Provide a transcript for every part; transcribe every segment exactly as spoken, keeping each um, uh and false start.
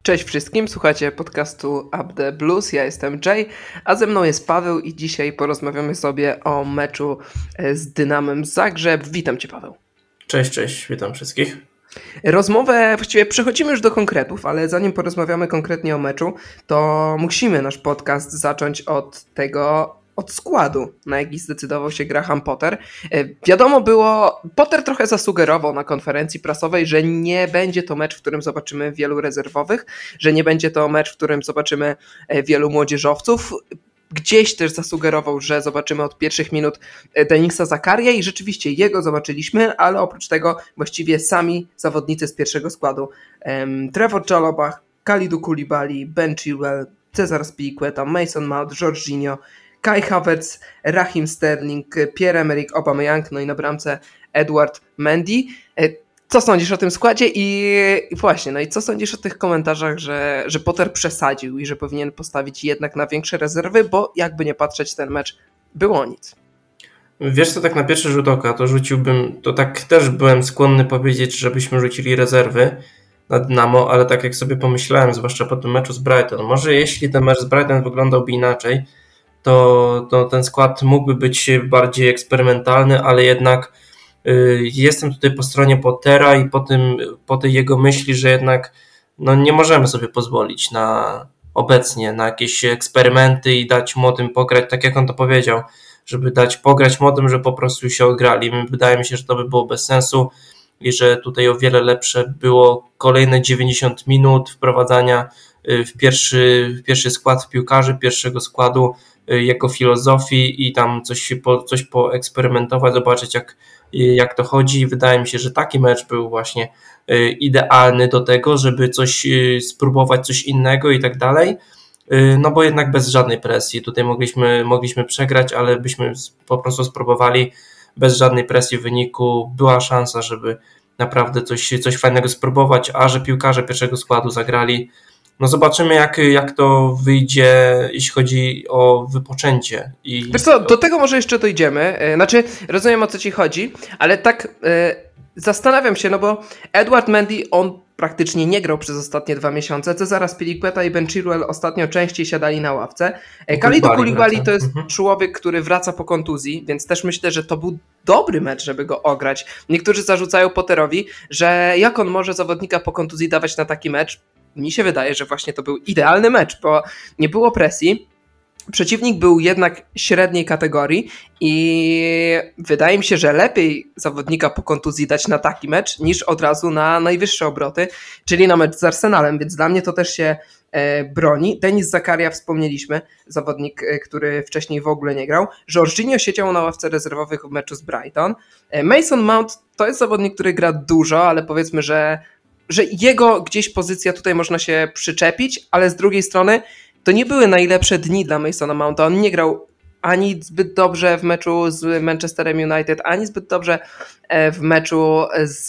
Cześć wszystkim, słuchacie podcastu Up The Blues, ja jestem Jay, a ze mną jest Paweł i dzisiaj porozmawiamy sobie o meczu z Dynamem Zagrzeb. Witam Cię, Paweł. Cześć, cześć, witam wszystkich. Rozmowę, właściwie przechodzimy już do konkretów, ale zanim porozmawiamy konkretnie o meczu, to musimy nasz podcast zacząć od tego, od składu, na jaki zdecydował się Graham Potter. Wiadomo było, Potter trochę zasugerował na konferencji prasowej, że nie będzie to mecz, w którym zobaczymy wielu rezerwowych, że nie będzie to mecz, w którym zobaczymy wielu młodzieżowców. Gdzieś też zasugerował, że zobaczymy od pierwszych minut Denisa Zakaria i rzeczywiście jego zobaczyliśmy, ale oprócz tego właściwie sami zawodnicy z pierwszego składu. Um, Trevor Chalobah, Kalidou Koulibaly, Ben Chilwell, Cesar Azpilicueta, Mason Mount, Jorginho, Kai Havertz, Raheem Sterling, Pierre-Emerick Aubameyang, no i na bramce Edward Mendy. Co sądzisz o tym składzie i właśnie, no i co sądzisz o tych komentarzach, że, że Potter przesadził i że powinien postawić jednak na większe rezerwy, bo jakby nie patrzeć, ten mecz było nic. Wiesz co, tak na pierwszy rzut oka to rzuciłbym, to tak też byłem skłonny powiedzieć, żebyśmy rzucili rezerwy na Dynamo, ale tak jak sobie pomyślałem, zwłaszcza po tym meczu z Brighton, może jeśli ten mecz z Brighton wyglądałby inaczej, to, to ten skład mógłby być bardziej eksperymentalny, ale jednak y, jestem tutaj po stronie Pottera i po, tym, po tej jego myśli, że jednak no, nie możemy sobie pozwolić na obecnie na jakieś eksperymenty i dać młodym pograć, tak jak on to powiedział, żeby dać pograć młodym, że po prostu się odgrali. Wydaje mi się, że to by było bez sensu i że tutaj o wiele lepsze było kolejne dziewięćdziesiąt minut wprowadzania w pierwszy, w pierwszy skład piłkarzy, pierwszego składu, jego filozofii i tam coś, po, coś poeksperymentować, zobaczyć jak, jak to chodzi. Wydaje mi się, że taki mecz był właśnie idealny do tego, żeby coś spróbować, coś innego i tak dalej, no bo jednak bez żadnej presji. Tutaj mogliśmy, mogliśmy przegrać, ale byśmy po prostu spróbowali bez żadnej presji w wyniku. Była szansa, żeby naprawdę coś, coś fajnego spróbować, a że piłkarze pierwszego składu zagrali. No zobaczymy jak, jak to wyjdzie, jeśli chodzi o wypoczęcie. I... Wiesz co, do tego może jeszcze dojdziemy. Znaczy, rozumiem o co ci chodzi, ale tak yy, zastanawiam się, no bo Edward Mendy, on praktycznie nie grał przez ostatnie dwa miesiące. Cesar Azpilicueta i Ben Chilwell ostatnio częściej siadali na ławce. Kalidou Koulibaly to jest mhm. człowiek, który wraca po kontuzji, więc też myślę, że to był dobry mecz, żeby go ograć. Niektórzy zarzucają Potterowi, że jak on może zawodnika po kontuzji dawać na taki mecz. Mi się wydaje, że właśnie to był idealny mecz, bo nie było presji. Przeciwnik był jednak średniej kategorii i wydaje mi się, że lepiej zawodnika po kontuzji dać na taki mecz niż od razu na najwyższe obroty, czyli na mecz z Arsenalem, więc dla mnie to też się e, broni. Denis Zakaria wspomnieliśmy, zawodnik, e, który wcześniej w ogóle nie grał. Jorginho siedział na ławce rezerwowych w meczu z Brighton. E, Mason Mount to jest zawodnik, który gra dużo, ale powiedzmy, że że jego gdzieś pozycja tutaj można się przyczepić, ale z drugiej strony to nie były najlepsze dni dla Masona Mounta. On nie grał ani zbyt dobrze w meczu z Manchesterem United, ani zbyt dobrze w meczu z,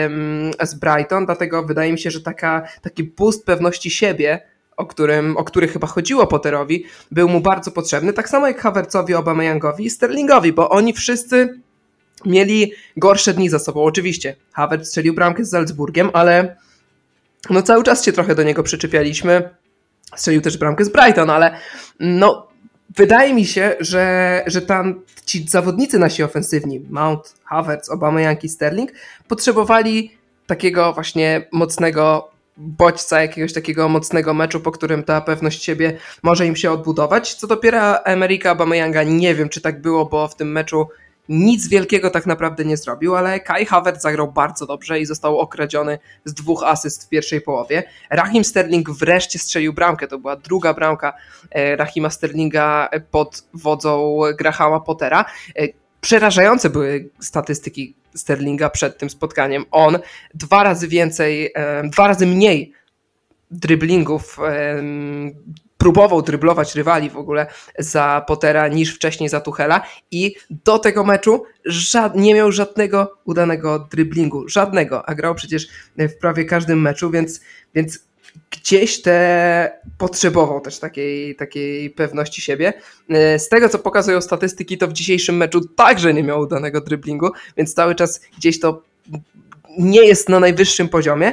z Brighton, dlatego wydaje mi się, że taka, taki boost pewności siebie, o, którym, o który chyba chodziło Potterowi, był mu bardzo potrzebny, tak samo jak Havertzowi, Aubameyangowi i Sterlingowi, bo oni wszyscy mieli gorsze dni za sobą. Oczywiście Havertz strzelił bramkę z Salzburgiem, ale no cały czas się trochę do niego przyczepialiśmy. Strzelił też bramkę z Brighton, ale no wydaje mi się, że, że tam ci zawodnicy nasi ofensywni, Mount, Havertz, Aubameyang i Sterling, potrzebowali takiego właśnie mocnego bodźca, jakiegoś takiego mocnego meczu, po którym ta pewność siebie może im się odbudować. Co do Pierre-Emericka Aubameyanga nie wiem, czy tak było, bo w tym meczu nic wielkiego tak naprawdę nie zrobił, ale Kai Havertz zagrał bardzo dobrze i został okradziony z dwóch asyst w pierwszej połowie. Raheem Sterling wreszcie strzelił bramkę, to była druga bramka Raheema Sterlinga pod wodzą Grahama Pottera. Przerażające były statystyki Sterlinga przed tym spotkaniem. On dwa razy więcej, dwa razy mniej driblingów próbował dryblować rywali w ogóle za Pottera niż wcześniej za Tuchela i do tego meczu żad, nie miał żadnego udanego dryblingu, żadnego, a grał przecież w prawie każdym meczu, więc, więc gdzieś te potrzebował też takiej, takiej pewności siebie. Z tego, co pokazują statystyki, to w dzisiejszym meczu także nie miał udanego dryblingu, więc cały czas gdzieś to nie jest na najwyższym poziomie,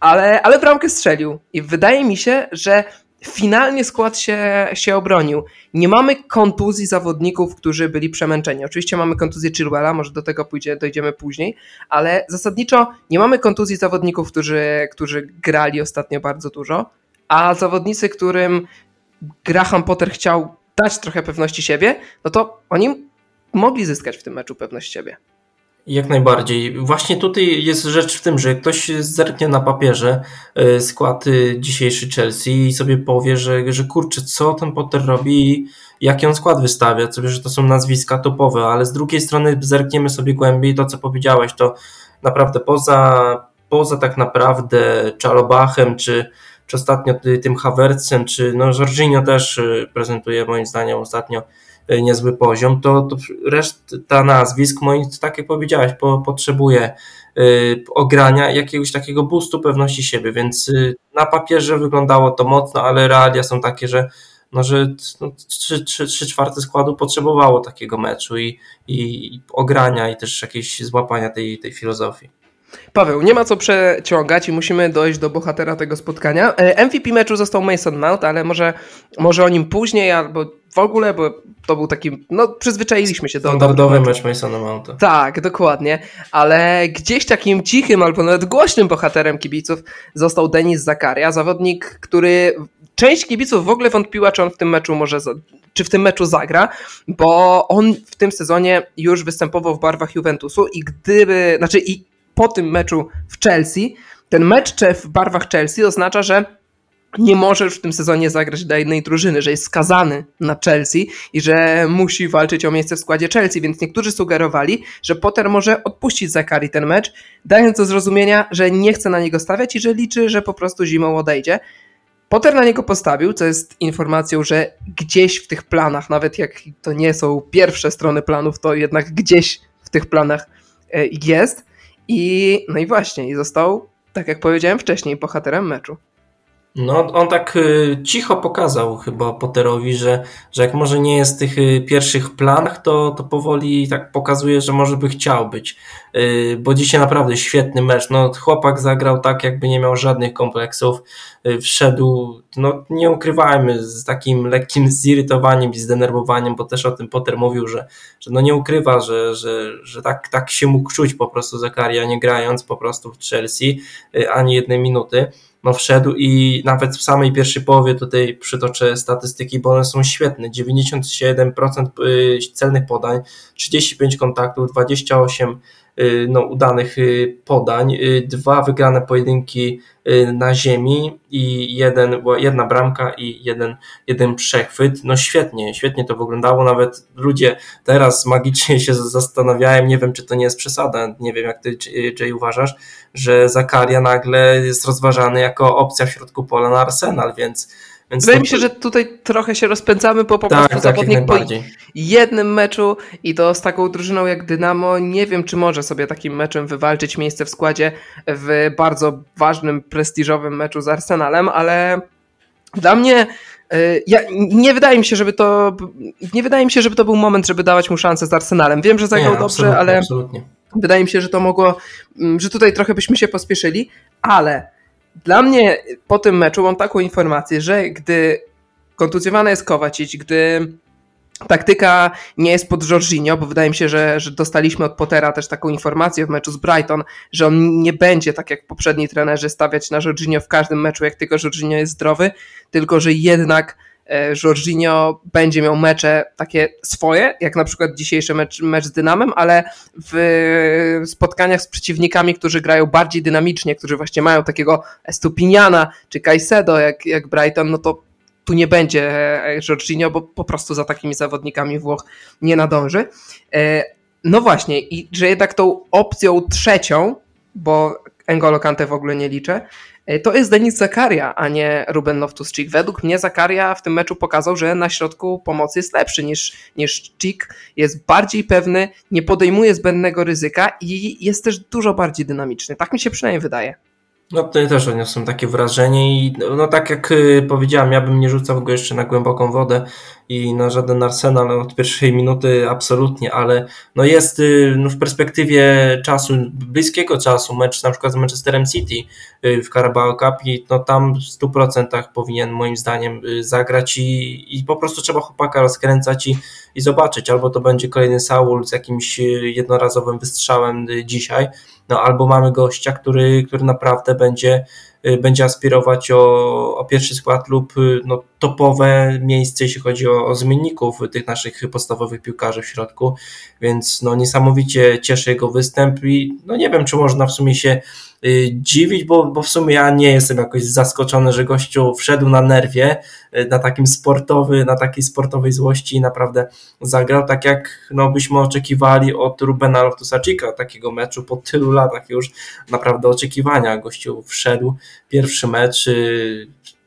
ale, ale bramkę strzelił i wydaje mi się, że finalnie skład się, się obronił. Nie mamy kontuzji zawodników, którzy byli przemęczeni. Oczywiście mamy kontuzję Chilwella, może do tego pójdzie, dojdziemy później, ale zasadniczo nie mamy kontuzji zawodników, którzy, którzy grali ostatnio bardzo dużo, a zawodnicy, którym Graham Potter chciał dać trochę pewności siebie, no to oni mogli zyskać w tym meczu pewność siebie. Jak najbardziej. Właśnie tutaj jest rzecz w tym, że ktoś zerknie na papierze skład dzisiejszy Chelsea i sobie powie, że, że kurczę, co ten Potter robi i jaki on skład wystawia, sobie, że to są nazwiska topowe, ale z drugiej strony zerkniemy sobie głębiej, to co powiedziałeś, to naprawdę poza, poza tak naprawdę Chalobachem, czy, czy ostatnio tym Havertzem, czy no Jorginho też prezentuje moim zdaniem ostatnio niezły poziom, to, to reszta nazwisk moim, tak jak powiedziałeś, po, potrzebuje y, ogrania, jakiegoś takiego boostu pewności siebie, więc y, na papierze wyglądało to mocno, ale realia są takie, że no, że no, trzy, trzy, trzy czwarte składu potrzebowało takiego meczu i, i, i ogrania i też jakieś złapania tej, tej filozofii. Paweł, nie ma co przeciągać i musimy dojść do bohatera tego spotkania. M V P meczu został Mason Mount, ale może, może o nim później, albo w ogóle, bo to był taki, no przyzwyczailiśmy się do... Standardowy mecz Masona Mounta. Tak, dokładnie, ale gdzieś takim cichym albo nawet głośnym bohaterem kibiców został Denis Zakaria, zawodnik, który część kibiców w ogóle wątpiła, czy on w tym meczu może, czy w tym meczu zagra, bo on w tym sezonie już występował w barwach Juventusu i gdyby, znaczy i po tym meczu w Chelsea, ten mecz w barwach Chelsea oznacza, że nie może już w tym sezonie zagrać dla jednej drużyny, że jest skazany na Chelsea i że musi walczyć o miejsce w składzie Chelsea, więc niektórzy sugerowali, że Potter może odpuścić Zakarii ten mecz, dając do zrozumienia, że nie chce na niego stawiać i że liczy, że po prostu zimą odejdzie. Potter na niego postawił, co jest informacją, że gdzieś w tych planach, nawet jak to nie są pierwsze strony planów, to jednak gdzieś w tych planach jest. I no i właśnie, i został, tak jak powiedziałem wcześniej, bohaterem meczu. No, on tak y, cicho pokazał chyba Potterowi, że, że jak może nie jest w tych y, pierwszych planach, to, to powoli tak pokazuje, że może by chciał być. Y, bo dzisiaj naprawdę świetny mecz. No, chłopak zagrał tak, jakby nie miał żadnych kompleksów. Y, wszedł, no nie ukrywajmy, z takim lekkim zirytowaniem i zdenerwowaniem, bo też o tym Potter mówił, że, że no nie ukrywa, że, że, że tak, tak się mógł czuć po prostu Zakaria, nie grając po prostu w Chelsea y, ani jednej minuty. No wszedł i nawet w samej pierwszej połowie tutaj przytoczę statystyki, bo one są świetne. dziewięćdziesiąt siedem procent celnych podań, trzydzieści pięć kontaktów, dwadzieścia osiem no, udanych podań, dwa wygrane pojedynki na ziemi i jeden, jedna bramka i jeden, jeden przechwyt. No świetnie, świetnie to wyglądało. Nawet ludzie teraz magicznie się zastanawiają, nie wiem, czy to nie jest przesada, nie wiem, jak ty, Jay, uważasz, że Zakaria nagle jest rozważany jako opcja w środku pola na Arsenal, więc Więc Wydaje to... mi się, że tutaj trochę się rozpędzamy, bo po tak, prostu tak, zawodnik po jednym meczu i to z taką drużyną jak Dynamo, nie wiem, czy może sobie takim meczem wywalczyć miejsce w składzie w bardzo ważnym, prestiżowym meczu z Arsenalem, ale dla mnie ja, nie wydaje mi się, żeby to nie wydaje mi się, żeby to był moment, żeby dawać mu szansę z Arsenalem. Wiem, że zagrał nie, dobrze, ale absolutnie. Wydaje mi się, że to mogło, że tutaj trochę byśmy się pospieszyli, ale dla mnie po tym meczu mam taką informację, że gdy kontuzjowany jest Kovacic, gdy taktyka nie jest pod Jorginho, bo wydaje mi się, że, że dostaliśmy od Pottera też taką informację w meczu z Brighton, że on nie będzie tak jak poprzedni trenerzy stawiać na Jorginho w każdym meczu, jak tylko Jorginho jest zdrowy, tylko że jednak Jorginho będzie miał mecze takie swoje, jak na przykład dzisiejszy mecz, mecz z Dynamem, ale w spotkaniach z przeciwnikami, którzy grają bardziej dynamicznie, którzy właśnie mają takiego Estupiniana czy Caicedo jak, jak Brighton, no to tu nie będzie Jorginho, bo po prostu za takimi zawodnikami Włoch nie nadąży. No właśnie, i że jednak tą opcją trzecią, bo N'Golo Kante w ogóle nie liczę, to jest Denis Zakaria, a nie Ruben Loftus-Cheek. Według mnie Zakaria w tym meczu pokazał, że na środku pomocy jest lepszy niż, niż Cheek, jest bardziej pewny, nie podejmuje zbędnego ryzyka i jest też dużo bardziej dynamiczny. Tak mi się przynajmniej wydaje. No to też odniosłem takie wrażenie i no tak jak y, powiedziałem, ja bym nie rzucał go jeszcze na głęboką wodę i na żaden Arsenal od pierwszej minuty absolutnie, ale no jest y, no w perspektywie czasu, bliskiego czasu, mecz na przykład z Manchesterem City y, w Carabao Cup i no tam w stu procentach powinien moim zdaniem y, zagrać i, i po prostu trzeba chłopaka rozkręcać i, i zobaczyć, albo to będzie kolejny Saul z jakimś y, jednorazowym wystrzałem y, dzisiaj, no albo mamy gościa, który, który naprawdę będzie, będzie aspirować o, o pierwszy skład lub no, topowe miejsce, jeśli chodzi o, o zmienników tych naszych podstawowych piłkarzy w środku, więc no, niesamowicie cieszy jego występ i no, nie wiem, czy można w sumie się y, dziwić, bo, bo w sumie ja nie jestem jakoś zaskoczony, że gościu wszedł na nerwie, y, na takim sportowy, na takiej sportowej złości i naprawdę zagrał tak jak no, byśmy oczekiwali od Rubena Loftusa-Cheeka, takiego meczu po tylu latach już naprawdę oczekiwania. Gościu wszedł, pierwszy mecz y,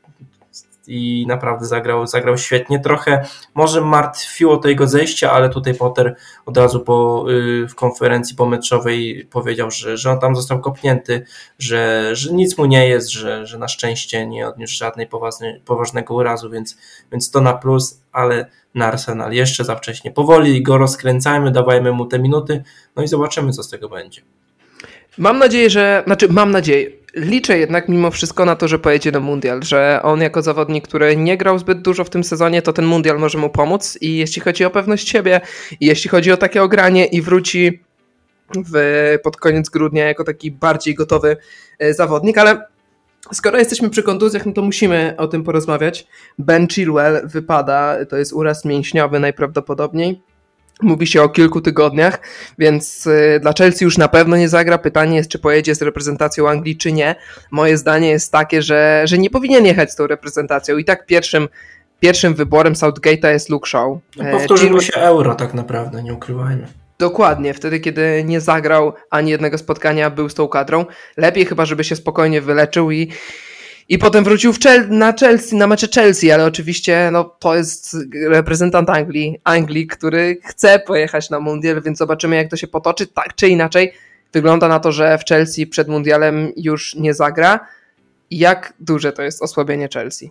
i naprawdę zagrał, zagrał świetnie. Trochę może martwiło to jego zejście, ale tutaj Potter od razu po, w konferencji pomeczowej powiedział, że, że on tam został kopnięty, że, że nic mu nie jest, że, że na szczęście nie odniósł żadnej poważnej, poważnego urazu, więc, więc to na plus, ale na Arsenal jeszcze za wcześnie. Powoli go rozkręcajmy, dawajmy mu te minuty, no i zobaczymy, co z tego będzie. Mam nadzieję, że, znaczy mam nadzieję, liczę jednak mimo wszystko na to, że pojedzie na mundial, że on jako zawodnik, który nie grał zbyt dużo w tym sezonie, to ten mundial może mu pomóc i jeśli chodzi o pewność siebie i jeśli chodzi o takie ogranie i wróci w, pod koniec grudnia jako taki bardziej gotowy zawodnik, ale skoro jesteśmy przy kontuzjach, no to musimy o tym porozmawiać. Ben Chilwell wypada, to jest uraz mięśniowy najprawdopodobniej. Mówi się o kilku tygodniach, więc dla Chelsea już na pewno nie zagra. Pytanie jest, czy pojedzie z reprezentacją Anglii, czy nie. Moje zdanie jest takie, że, że nie powinien jechać z tą reprezentacją. I tak pierwszym, pierwszym wyborem Southgate'a jest Luke Shaw. No powtórzył mu się Euro tak naprawdę, nie ukrywajmy. Dokładnie, wtedy kiedy nie zagrał ani jednego spotkania, był z tą kadrą. Lepiej chyba, żeby się spokojnie wyleczył i I potem wrócił w Chel- na Chelsea, na mecze Chelsea, ale oczywiście no, to jest reprezentant Anglii, Anglii, który chce pojechać na mundial, więc zobaczymy, jak to się potoczy. Tak czy inaczej, wygląda na to, że w Chelsea przed mundialem już nie zagra. Jak duże to jest osłabienie Chelsea?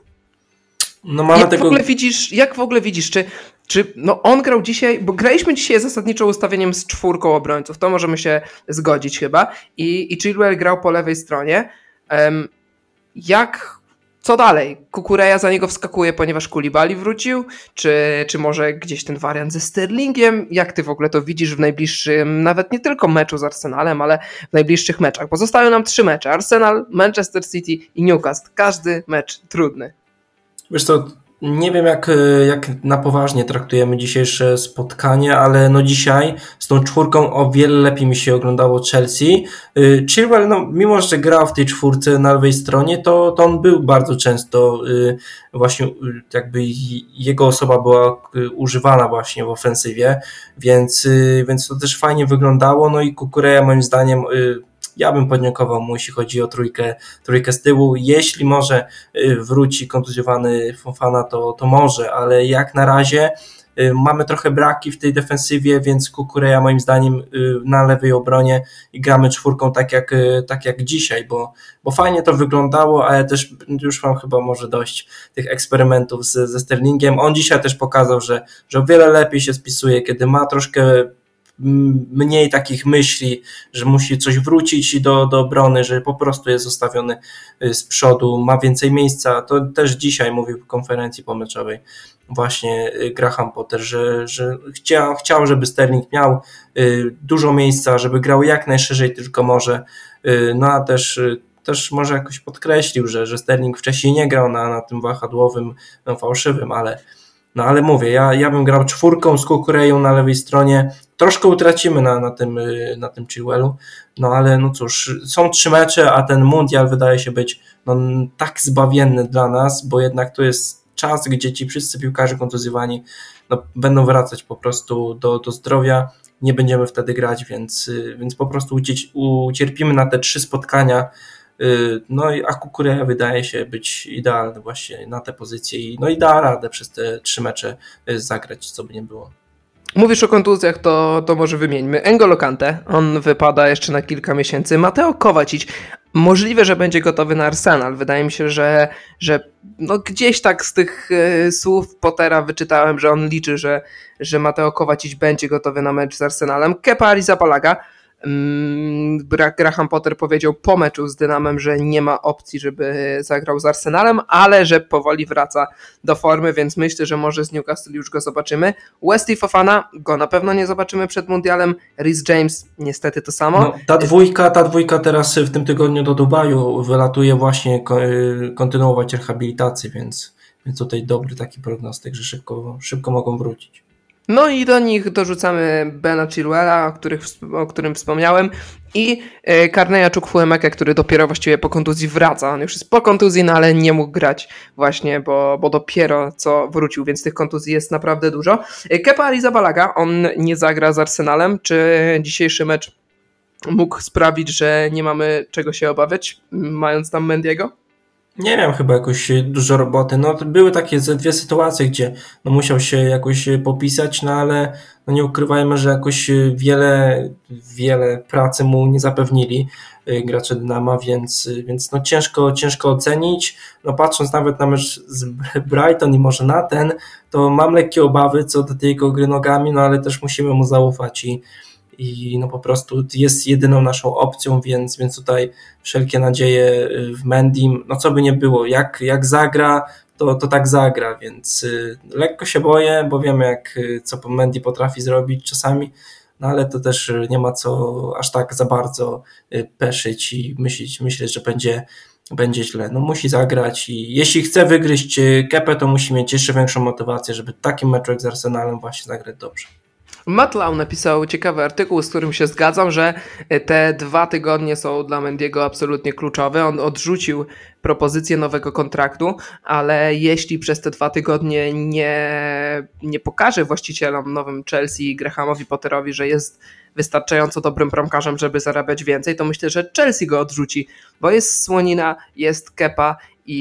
No mamy jak, tego... w ogóle widzisz, jak w ogóle widzisz, czy, czy no on grał dzisiaj, bo graliśmy dzisiaj zasadniczo ustawieniem z czwórką obrońców, to możemy się zgodzić chyba, i, i Chilwell grał po lewej stronie. Um, Jak, co dalej? Kukureja za niego wskakuje, ponieważ Koulibaly wrócił? Czy, czy może gdzieś ten wariant ze Sterlingiem? Jak ty w ogóle to widzisz w najbliższym, nawet nie tylko meczu z Arsenalem, ale w najbliższych meczach? Bo zostały nam trzy mecze. Arsenal, Manchester City i Newcastle. Każdy mecz trudny. Wiesz co, nie wiem jak, jak na poważnie traktujemy dzisiejsze spotkanie, ale no dzisiaj z tą czwórką o wiele lepiej mi się oglądało Chelsea. Chilwell, no mimo że grał w tej czwórce na lewej stronie, to, to on był bardzo często właśnie jakby jego osoba była używana właśnie w ofensywie, więc, więc to też fajnie wyglądało. No i Kukureja moim zdaniem ja bym podziękował mu, jeśli chodzi o trójkę, trójkę z tyłu. Jeśli może wróci kontuzjowany Fofana, to, to może, ale jak na razie mamy trochę braki w tej defensywie, więc Kukureja moim zdaniem na lewej obronie i gramy czwórką tak jak, tak jak dzisiaj, bo, bo fajnie to wyglądało, ale też już mam chyba może dość tych eksperymentów z, ze Sterlingiem. On dzisiaj też pokazał, że, że o wiele lepiej się spisuje, kiedy ma troszkę mniej takich myśli, że musi coś wrócić do, do obrony, że po prostu jest zostawiony z przodu, ma więcej miejsca. To też dzisiaj mówił w konferencji pomeczowej właśnie Graham Potter, że, że chciał, chciał, żeby Sterling miał dużo miejsca, żeby grał jak najszerzej tylko może, no a też też może jakoś podkreślił, że, że Sterling wcześniej nie grał na, na tym wahadłowym, no, fałszywym, ale no ale mówię, ja, ja bym grał czwórką z Kukureją na lewej stronie. Troszkę utracimy na, na tym, na tym Chilwellu, no ale no cóż, są trzy mecze, a ten mundial wydaje się być no, tak zbawienny dla nas, bo jednak to jest czas, gdzie ci wszyscy piłkarze kontuzjowani no, będą wracać po prostu do, do zdrowia, nie będziemy wtedy grać, więc, więc po prostu ucierpimy na te trzy spotkania. No a Kukureja wydaje się być idealny właśnie na tę pozycję i no i da radę przez te trzy mecze zagrać, co by nie było. Mówisz o kontuzjach, to, to może wymieńmy. N'Golo Kante, on wypada jeszcze na kilka miesięcy. Mateo Kovacic, możliwe, że będzie gotowy na Arsenal. Wydaje mi się, że, że no gdzieś tak z tych y, słów Pottera wyczytałem, że on liczy, że, że Mateo Kovacic będzie gotowy na mecz z Arsenalem. Kepa Arrizabalaga. Graham Potter powiedział po meczu z Dynamem, że nie ma opcji, żeby zagrał z Arsenalem, ale że powoli wraca do formy, więc myślę, że może z Newcastle już go zobaczymy. Wesley Fofana go na pewno nie zobaczymy przed mundialem. Reece James niestety to samo. No, ta dwójka, ta dwójka teraz w tym tygodniu do Dubaju wylatuje właśnie kontynuować rehabilitację, więc, więc tutaj dobry taki prognostyk, że szybko, szybko mogą wrócić. No i do nich dorzucamy Bena Chilwella, o, których, o którym wspomniałem, i Carneya Chukwuemeka, który dopiero właściwie po kontuzji wraca. On już jest po kontuzji, no ale nie mógł grać właśnie, bo, bo dopiero co wrócił, więc tych kontuzji jest naprawdę dużo. Kepa Arrizabalaga, on nie zagra z Arsenalem. Czy dzisiejszy mecz mógł sprawić, że nie mamy czego się obawiać, mając tam Mendiego? Nie miał chyba jakoś dużo roboty. No, były takie dwie sytuacje, gdzie no, musiał się jakoś popisać, no ale no, nie ukrywajmy, że jakoś wiele, wiele pracy mu nie zapewnili gracze Dynama, więc, więc no, ciężko, ciężko ocenić. No, patrząc nawet na mecz z Brighton i może na ten, to mam lekkie obawy co do tej jego gry nogami, no ale też musimy mu zaufać i i no po prostu jest jedyną naszą opcją, więc, więc tutaj wszelkie nadzieje w Mendim, no co by nie było, jak, jak zagra, to, to tak zagra, więc y, lekko się boję, bo wiemy jak, co Mendy potrafi zrobić czasami, no ale to też nie ma co aż tak za bardzo peszyć i myśleć, myśleć, że będzie, będzie źle. No musi zagrać i jeśli chce wygryźć Kepę, to musi mieć jeszcze większą motywację, żeby w takim meczu jak z Arsenalem właśnie zagrać dobrze. Matt Lau napisał ciekawy artykuł, z którym się zgadzam, że te dwa tygodnie są dla Mendiego absolutnie kluczowe. On odrzucił propozycję nowego kontraktu, ale jeśli przez te dwa tygodnie nie, nie pokaże właścicielom nowym Chelsea i Grahamowi Potterowi, że jest wystarczająco dobrym bramkarzem, żeby zarabiać więcej, to myślę, że Chelsea go odrzuci, bo jest Słonina, jest Kepa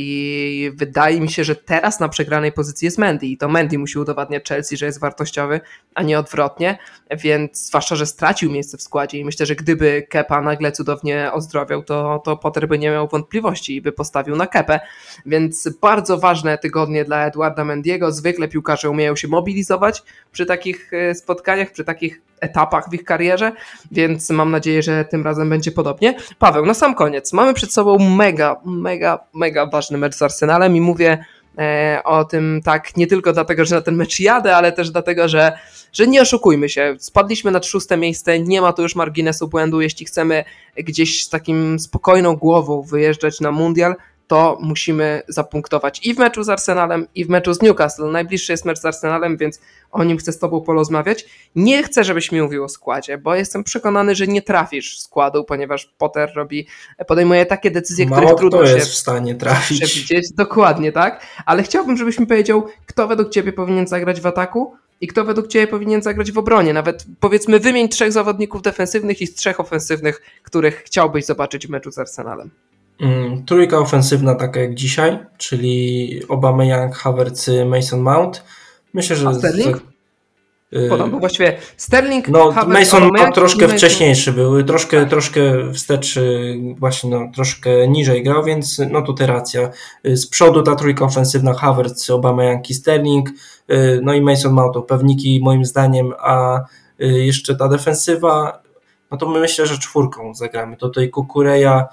i wydaje mi się, że teraz na przegranej pozycji jest Mendy i to Mendy musi udowadniać Chelsea, że jest wartościowy, a nie odwrotnie, więc zwłaszcza, że stracił miejsce w składzie i myślę, że gdyby Kepa nagle cudownie ozdrowiał, to, to Potter by nie miał wątpliwości i by postawił na Kepę, więc bardzo ważne tygodnie dla Edwarda Mendiego. Zwykle piłkarze umieją się mobilizować przy takich spotkaniach, przy takich etapach w ich karierze, więc mam nadzieję, że tym razem będzie podobnie. Paweł, na sam koniec, mamy przed sobą mega, mega, mega ważny mecz z Arsenalem i mówię e, o tym tak nie tylko dlatego, że na ten mecz jadę, ale też dlatego, że, że nie oszukujmy się, spadliśmy na szóste miejsce, nie ma tu już marginesu błędu, jeśli chcemy gdzieś z takim spokojną głową wyjeżdżać na mundial, to musimy zapunktować i w meczu z Arsenalem, i w meczu z Newcastle. Najbliższy jest mecz z Arsenalem, więc o nim chcę z tobą porozmawiać. Nie chcę, żebyś mi mówił o składzie, bo jestem przekonany, że nie trafisz składu, ponieważ Potter robi, podejmuje takie decyzje, Mało których trudno kto się jest w stanie trafić. przewidzieć. Dokładnie, tak? Ale chciałbym, żebyś mi powiedział, kto według ciebie powinien zagrać w ataku i kto według ciebie powinien zagrać w obronie. Nawet powiedzmy wymień trzech zawodników defensywnych i z trzech ofensywnych, których chciałbyś zobaczyć w meczu z Arsenalem. Mm, trójka ofensywna taka jak dzisiaj, czyli Aubameyang, Havertz, Mason Mount. Myślę, że... A Sterling? Z... Podam, bo właściwie Sterling, no, Havertz, Mason Mount troszkę Mason... wcześniejszy był, troszkę, tak. troszkę wstecz, właśnie no, troszkę niżej grał, więc no tutaj racja. Z przodu ta trójka ofensywna, Havertz, Aubameyang i Sterling, no i Mason Mount, pewniki moim zdaniem, a jeszcze ta defensywa, no to my myślę, że czwórką zagramy. To tutaj Kukureya,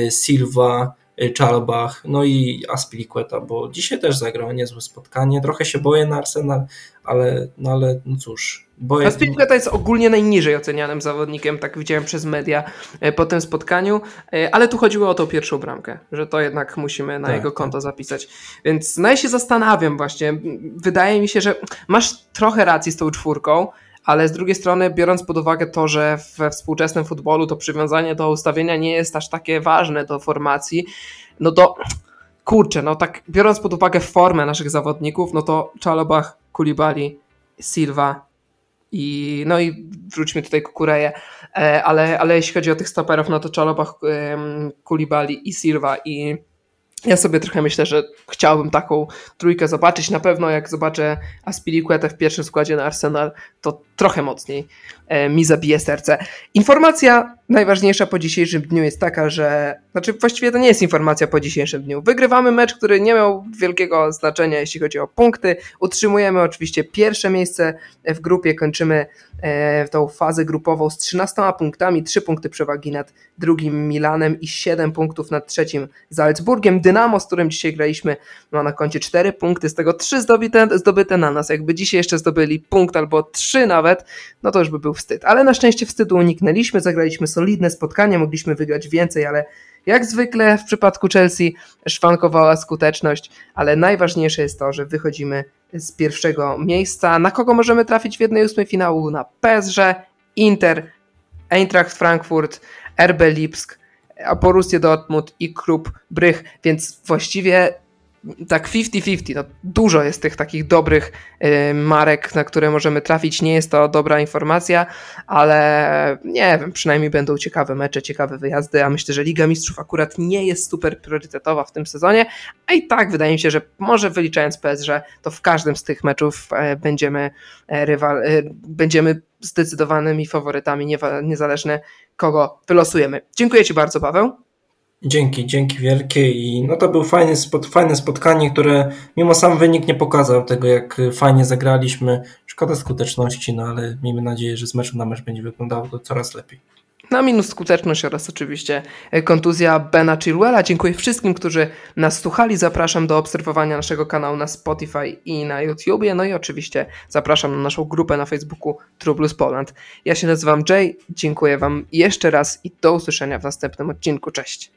Silva, Czalbach, no i Azpilicueta, bo dzisiaj też zagrał niezłe spotkanie. Trochę się boję na Arsenal, ale no, ale, no cóż. Boję... Azpilicueta jest ogólnie najniżej ocenianym zawodnikiem, tak widziałem przez media po tym spotkaniu, ale tu chodziło o tą pierwszą bramkę, że to jednak musimy na tak, jego konto tak. zapisać. Więc no ja się zastanawiam właśnie, wydaje mi się, że masz trochę racji z tą czwórką, ale z drugiej strony, biorąc pod uwagę to, że we współczesnym futbolu to przywiązanie do ustawienia nie jest aż takie ważne do formacji, no to kurczę, no tak biorąc pod uwagę formę naszych zawodników, no to Czalobach, Koulibaly, Silva i no i wróćmy tutaj Kukureję, ale, ale jeśli chodzi o tych stoperów, no to Czalobach, Koulibaly i Silva i ja sobie trochę myślę, że chciałbym taką trójkę zobaczyć. Na pewno jak zobaczę Azpilicuetę w pierwszym składzie na Arsenal, to trochę mocniej e, mi zabije serce. Informacja najważniejsza po dzisiejszym dniu jest taka, że, znaczy właściwie to nie jest informacja po dzisiejszym dniu. Wygrywamy mecz, który nie miał wielkiego znaczenia, jeśli chodzi o punkty. Utrzymujemy oczywiście pierwsze miejsce w grupie, kończymy e, tą fazę grupową z trzynastoma punktami, trzy punkty przewagi nad drugim Milanem i siedem punktów nad trzecim Salzburgiem. Dynamo, z którym dzisiaj graliśmy, ma na koncie cztery punkty, z tego trzy zdobyte, zdobyte na nas. Jakby dzisiaj jeszcze zdobyli punkt albo trzy nawet, no to już by był wstyd. Ale na szczęście wstydu uniknęliśmy, zagraliśmy solidne spotkanie, mogliśmy wygrać więcej, ale jak zwykle w przypadku Chelsea szwankowała skuteczność, ale najważniejsze jest to, że wychodzimy z pierwszego miejsca. Na kogo możemy trafić w jednej ósmej finału? Na P S G, Inter, Eintracht Frankfurt, R B Lipsk, Borussię Dortmund i Klub Brygge, więc właściwie tak pięćdziesiąt pięćdziesiąt, no dużo jest tych takich dobrych y, marek, na które możemy trafić, nie jest to dobra informacja, ale nie wiem, przynajmniej będą ciekawe mecze, ciekawe wyjazdy, a myślę, że Liga Mistrzów akurat nie jest super priorytetowa w tym sezonie, a i tak wydaje mi się, że może wyliczając P S G, to w każdym z tych meczów e, będziemy, e, rywal, e, będziemy zdecydowanymi faworytami, nie, niezależnie kogo wylosujemy. Dziękuję Ci bardzo, Paweł. Dzięki, dzięki wielkie i no to był fajny spot, fajne spotkanie, które mimo sam wynik nie pokazał tego, jak fajnie zagraliśmy. Szkoda skuteczności, no ale miejmy nadzieję, że z meczu na mecz będzie wyglądało to coraz lepiej. Na minus skuteczność oraz oczywiście kontuzja Bena Chilwella. Dziękuję wszystkim, którzy nas słuchali. Zapraszam do obserwowania naszego kanału na Spotify i na YouTubie. No i oczywiście zapraszam na naszą grupę na Facebooku True Blues Poland. Ja się nazywam Jay. Dziękuję Wam jeszcze raz i do usłyszenia w następnym odcinku. Cześć.